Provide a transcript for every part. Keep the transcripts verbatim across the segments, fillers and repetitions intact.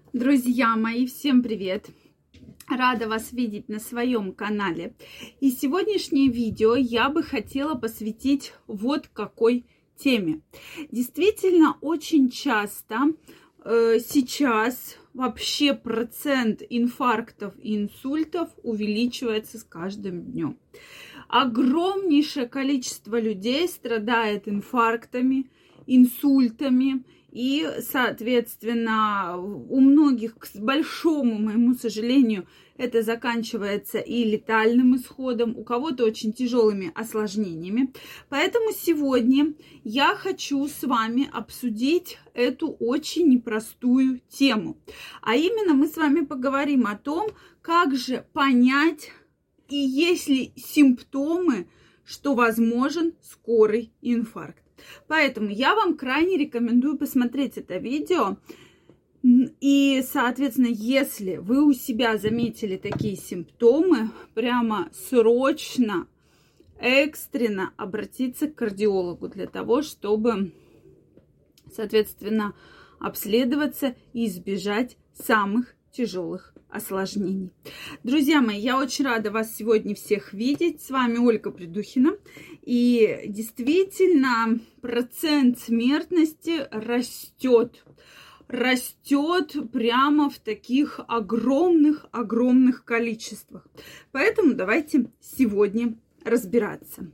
Друзья мои, всем привет! Рада вас видеть на своем канале. И сегодняшнее видео я бы хотела посвятить вот какой теме. Действительно, очень часто э, сейчас вообще процент инфарктов и инсультов увеличивается с каждым днем. Огромнейшее количество людей страдает инфарктами, инсультами. И, соответственно, у многих, к большому моему сожалению, это заканчивается и летальным исходом, у кого-то очень тяжелыми осложнениями. Поэтому сегодня я хочу с вами обсудить эту очень непростую тему. А именно мы с вами поговорим о том, как же понять, и есть ли симптомы, что возможен скорый инфаркт. Поэтому я вам крайне рекомендую посмотреть это видео. И, соответственно, если вы у себя заметили такие симптомы, прямо срочно, экстренно обратиться к кардиологу для того, чтобы, соответственно, обследоваться и избежать самых тяжелых осложнений. Друзья мои, я очень рада вас сегодня всех видеть. С вами Ольга Придухина. И действительно, процент смертности растет. Растет прямо в таких огромных-огромных количествах. Поэтому давайте сегодня разбираться.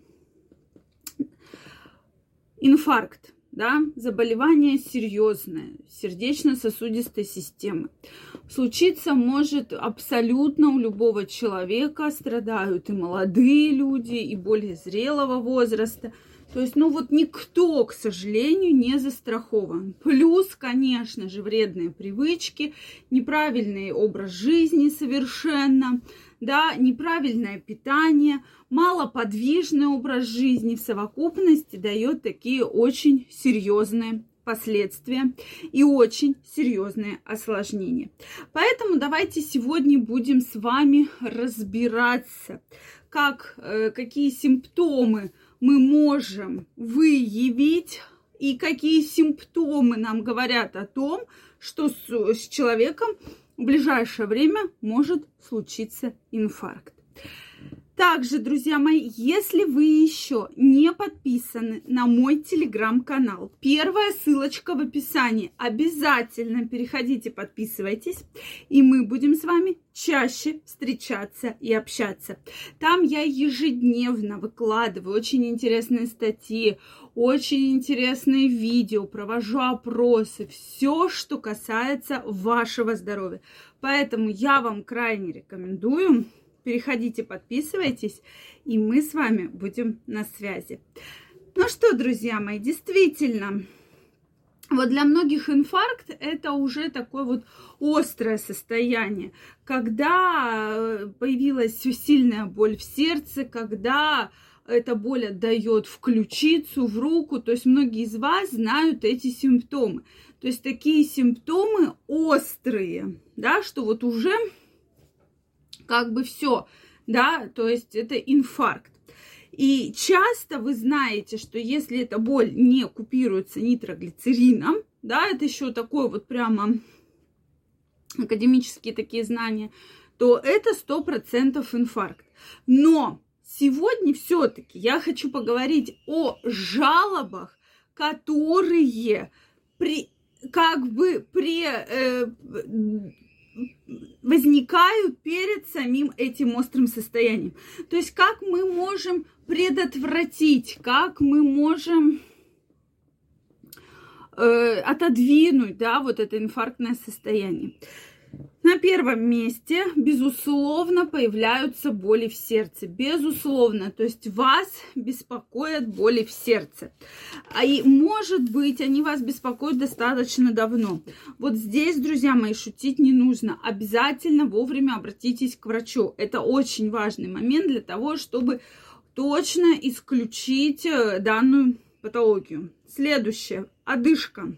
Инфаркт. Да, заболевание серьезное, сердечно-сосудистой системы. Случиться может абсолютно у любого человека, страдают и молодые люди, и более зрелого возраста. То есть, ну вот никто, к сожалению, не застрахован. Плюс, конечно же, вредные привычки, неправильный образ жизни совершенно, да, неправильное питание, малоподвижный образ жизни в совокупности дает такие очень серьезные последствия и очень серьезные осложнения. Поэтому давайте сегодня будем с вами разбираться, как, э, какие симптомы мы можем выявить и какие симптомы нам говорят о том, что с, с человеком в ближайшее время может случиться инфаркт. Также, друзья мои, если вы еще не подписаны на мой телеграм-канал, первая ссылочка в описании. Обязательно переходите, подписывайтесь, и мы будем с вами чаще встречаться и общаться. Там я ежедневно выкладываю очень интересные статьи, очень интересные видео, провожу опросы, все, что касается вашего здоровья. Поэтому я вам крайне рекомендую. Переходите, подписывайтесь, и мы с вами будем на связи. Ну что, друзья мои, действительно, вот для многих инфаркт это уже такое вот острое состояние, когда появилась сильная боль в сердце, когда эта боль отдает в ключицу, в руку. То есть многие из вас знают эти симптомы. То есть такие симптомы острые, да, что вот уже как бы все, да, то есть это инфаркт. И часто вы знаете, что если эта боль не купируется нитроглицерином, да, это еще такое вот прямо академические такие знания, то это сто процентов инфаркт. Но сегодня все-таки я хочу поговорить о жалобах, которые при, как бы при... Э, возникают перед самим этим острым состоянием. То есть как мы можем предотвратить, как мы можем э, отодвинуть, да, вот это инфарктное состояние. На первом месте, безусловно, появляются боли в сердце. Безусловно, то есть вас беспокоят боли в сердце. А и, может быть, они вас беспокоят достаточно давно. Вот здесь, друзья мои, шутить не нужно. Обязательно вовремя обратитесь к врачу. Это очень важный момент для того, чтобы точно исключить данную патологию. Следующее. Одышка.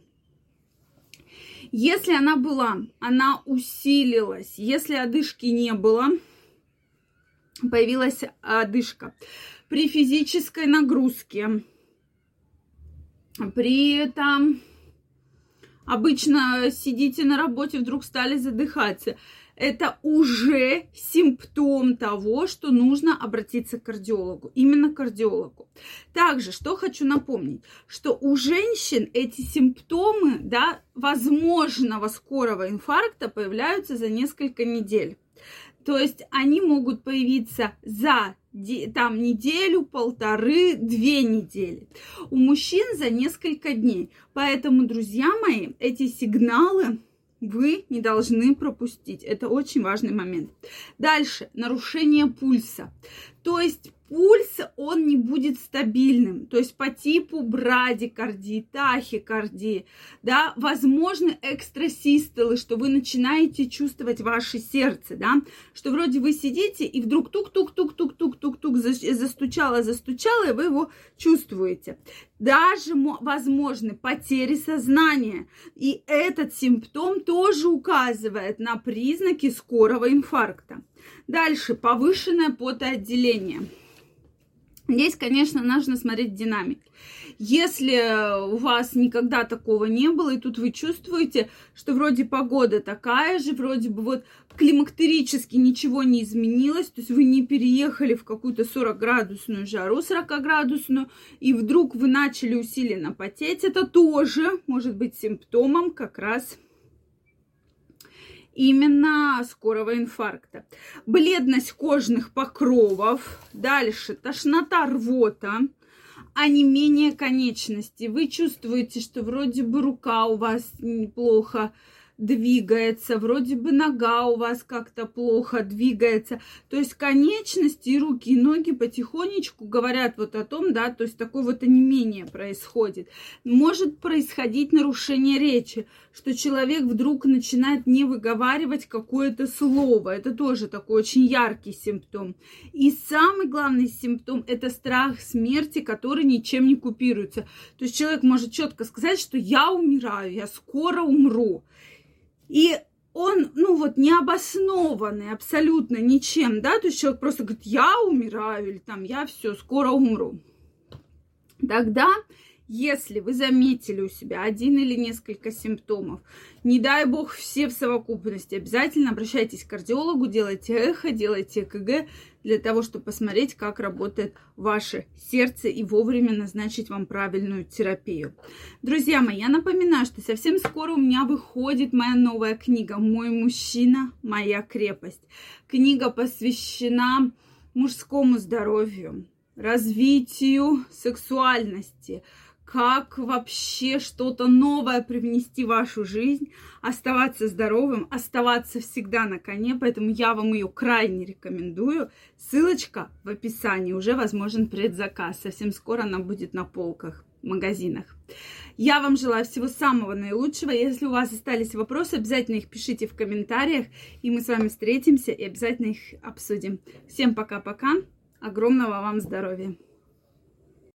Если она была, она усилилась. Если одышки не было, появилась одышка. При физической нагрузке, при там, Обычно сидите на работе, вдруг стали задыхаться. Это уже симптом того, что нужно обратиться к кардиологу, именно к кардиологу. Также, что хочу напомнить, что у женщин эти симптомы, да, возможного скорого инфаркта появляются за несколько недель. То есть они могут появиться за там неделю, полторы, две недели. У мужчин за несколько дней. Поэтому, друзья мои, эти сигналы вы не должны пропустить. Это очень важный момент. Дальше. Нарушение пульса. То есть пульс, он не будет стабильным. То есть по типу брадикардии, тахикардии, да, возможны экстрасистолы, что вы начинаете чувствовать ваше сердце, да, что вроде вы сидите и вдруг тук-тук-тук-тук-тук-тук-тук застучало, застучало, и вы его чувствуете. Даже возможны потери сознания. И этот симптом тоже указывает на признаки скорого инфаркта. Дальше. Повышенное потоотделение. Здесь, конечно, нужно смотреть динамик. Если у вас никогда такого не было, и тут вы чувствуете, что вроде погода такая же, вроде бы вот климактерически ничего не изменилось, то есть вы не переехали в какую-то сорокаградусную жару, сорокаградусную, и вдруг вы начали усиленно потеть, это тоже может быть симптомом как раз именно скорого инфаркта. Бледность кожных покровов, дальше тошнота, рвота, онемение конечностей. Вы чувствуете, что вроде бы рука у вас неплохо двигается, вроде бы нога у вас как-то плохо двигается. То есть конечности, и руки, и ноги потихонечку говорят вот о том, да, то есть такое вот онемение происходит. Может происходить нарушение речи, что человек вдруг начинает не выговаривать какое-то слово. Это тоже такой очень яркий симптом. И самый главный симптом – это страх смерти, который ничем не купируется. То есть человек может четко сказать, что я умираю, я скоро умру. И он, ну вот, необоснованный абсолютно ничем, да, то есть человек просто говорит, я умираю, или там, я все, скоро умру. Тогда, если вы заметили у себя один или несколько симптомов, не дай бог все в совокупности, обязательно обращайтесь к кардиологу, делайте эхо, делайте ЭКГ, для того, чтобы посмотреть, как работает ваше сердце и вовремя назначить вам правильную терапию. Друзья мои, я напоминаю, что совсем скоро у меня выходит моя новая книга «Мой мужчина, моя крепость». Книга посвящена мужскому здоровью, развитию сексуальности, как вообще что-то новое привнести в вашу жизнь, оставаться здоровым, оставаться всегда на коне, поэтому я вам ее крайне рекомендую. Ссылочка в описании, уже возможен предзаказ, совсем скоро она будет на полках в магазинах. Я вам желаю всего самого наилучшего. Если у вас остались вопросы, обязательно их пишите в комментариях, и мы с вами встретимся и обязательно их обсудим. Всем пока-пока, огромного вам здоровья!